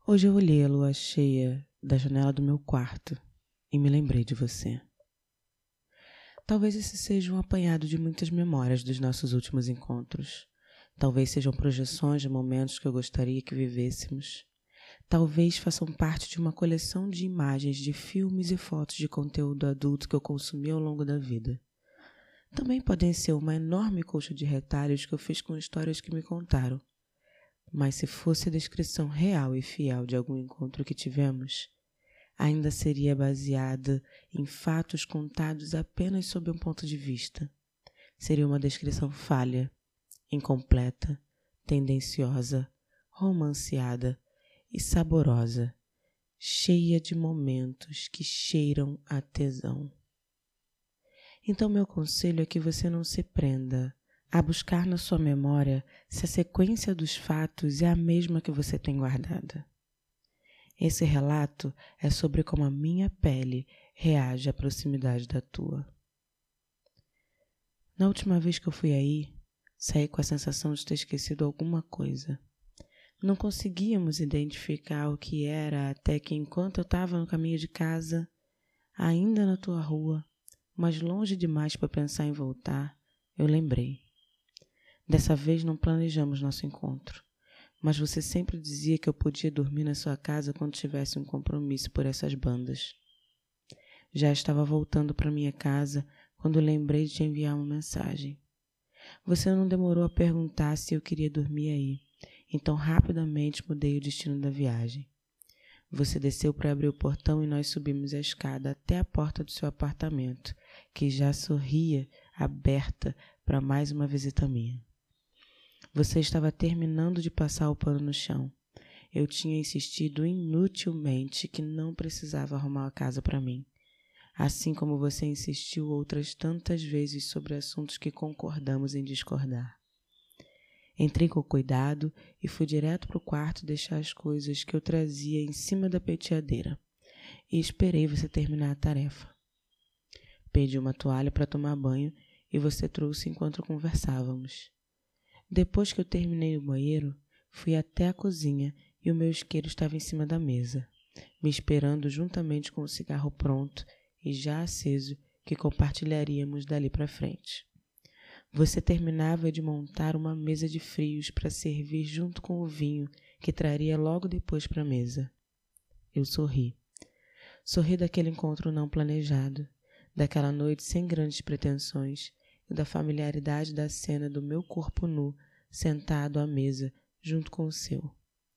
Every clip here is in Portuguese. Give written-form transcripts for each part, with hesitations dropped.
Hoje eu olhei a lua cheia da janela do meu quarto e me lembrei de você. Talvez esse seja um apanhado de muitas memórias dos nossos últimos encontros. Talvez sejam projeções de momentos que eu gostaria que vivêssemos. Talvez façam parte de uma coleção de imagens de filmes e fotos de conteúdo adulto que eu consumi ao longo da vida. Também podem ser uma enorme colcha de retalhos que eu fiz com histórias que me contaram. Mas se fosse a descrição real e fiel de algum encontro que tivemos, ainda seria baseada em fatos contados apenas sob um ponto de vista. Seria uma descrição falha, incompleta, tendenciosa, romanceada e saborosa, cheia de momentos que cheiram a tesão. Então meu conselho é que você não se prenda a buscar na sua memória se a sequência dos fatos é a mesma que você tem guardada. Esse relato é sobre como a minha pele reage à proximidade da tua. Na última vez que eu fui aí, saí com a sensação de ter esquecido alguma coisa. Não conseguíamos identificar o que era até que, enquanto eu estava no caminho de casa, ainda na tua rua, mas longe demais para pensar em voltar, eu lembrei. Dessa vez não planejamos nosso encontro, mas você sempre dizia que eu podia dormir na sua casa quando tivesse um compromisso por essas bandas. Já estava voltando para minha casa quando lembrei de te enviar uma mensagem. Você não demorou a perguntar se eu queria dormir aí, então rapidamente mudei o destino da viagem. Você desceu para abrir o portão e nós subimos a escada até a porta do seu apartamento, que já sorria aberta para mais uma visita minha. Você estava terminando de passar o pano no chão. Eu tinha insistido inutilmente que não precisava arrumar a casa para mim, assim como você insistiu outras tantas vezes sobre assuntos que concordamos em discordar. Entrei com cuidado e fui direto para o quarto deixar as coisas que eu trazia em cima da penteadeira e esperei você terminar a tarefa. Pedi uma toalha para tomar banho e você trouxe enquanto conversávamos. Depois que eu terminei o banheiro, fui até a cozinha e o meu isqueiro estava em cima da mesa, me esperando juntamente com o cigarro pronto e já aceso que compartilharíamos dali para frente. Você terminava de montar uma mesa de frios para servir junto com o vinho que traria logo depois para a mesa. Eu sorri. Sorri daquele encontro não planejado, daquela noite sem grandes pretensões e da familiaridade da cena do meu corpo nu sentado à mesa junto com o seu.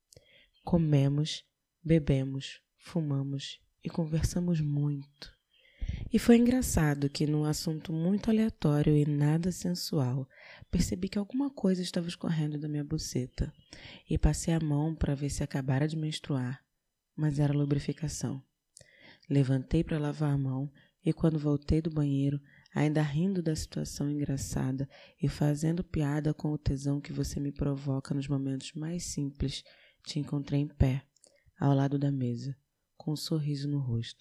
Comemos, bebemos, fumamos e conversamos muito. E foi engraçado que, num assunto muito aleatório e nada sensual, percebi que alguma coisa estava escorrendo da minha buceta e passei a mão para ver se acabara de menstruar, mas era lubrificação. Levantei para lavar a mão e, quando voltei do banheiro, ainda rindo da situação engraçada e fazendo piada com o tesão que você me provoca nos momentos mais simples, te encontrei em pé, ao lado da mesa, com um sorriso no rosto.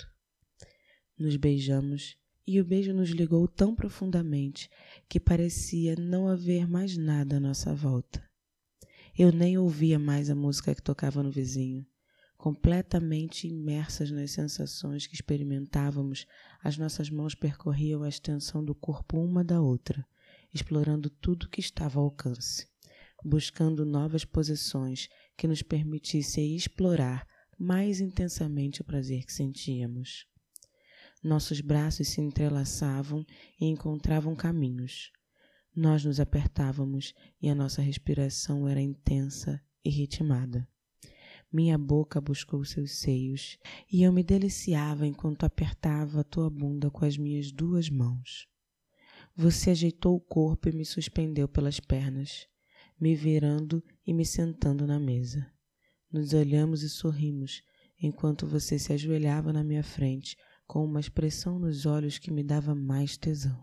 Nos beijamos e o beijo nos ligou tão profundamente que parecia não haver mais nada à nossa volta. Eu nem ouvia mais a música que tocava no vizinho. Completamente imersas nas sensações que experimentávamos, as nossas mãos percorriam a extensão do corpo uma da outra, explorando tudo que estava ao alcance, buscando novas posições que nos permitissem explorar mais intensamente o prazer que sentíamos. Nossos braços se entrelaçavam e encontravam caminhos. Nós nos apertávamos e a nossa respiração era intensa e ritmada. Minha boca buscou seus seios e eu me deliciava enquanto apertava a tua bunda com as minhas duas mãos. Você ajeitou o corpo e me suspendeu pelas pernas, me virando e me sentando na mesa. Nos olhamos e sorrimos, enquanto você se ajoelhava na minha frente, com uma expressão nos olhos que me dava mais tesão.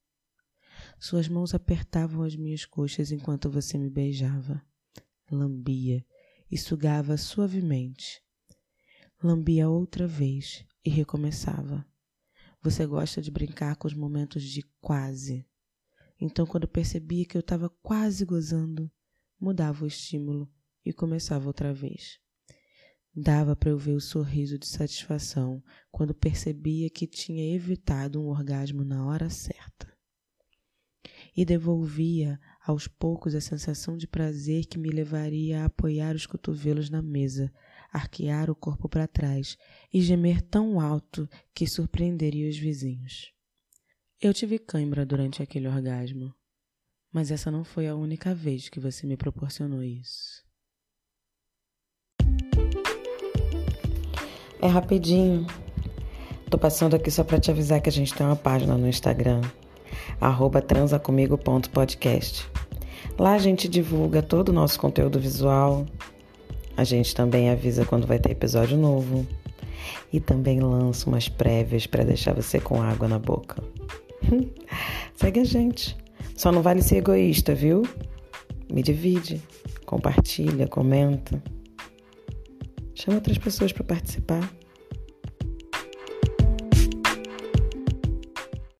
Suas mãos apertavam as minhas coxas enquanto você me beijava. Lambia e sugava suavemente. Lambia outra vez e recomeçava. Você gosta de brincar com os momentos de quase. Então, quando percebia que eu estava quase gozando, mudava o estímulo e começava outra vez. Dava para eu ver o sorriso de satisfação quando percebia que tinha evitado um orgasmo na hora certa. E devolvia aos poucos a sensação de prazer que me levaria a apoiar os cotovelos na mesa, arquear o corpo para trás e gemer tão alto que surpreenderia os vizinhos. Eu tive cãibra durante aquele orgasmo, mas essa não foi a única vez que você me proporcionou isso. É rapidinho. Tô passando aqui só para te avisar que a gente tem uma página no Instagram, @transacomigo.podcast. Lá a gente divulga todo o nosso conteúdo visual. A gente também avisa quando vai ter episódio novo. E também lança umas prévias para deixar você com água na boca. Segue a gente. Só não vale ser egoísta, viu? Me divide, compartilha, comenta. Chama outras pessoas para participar.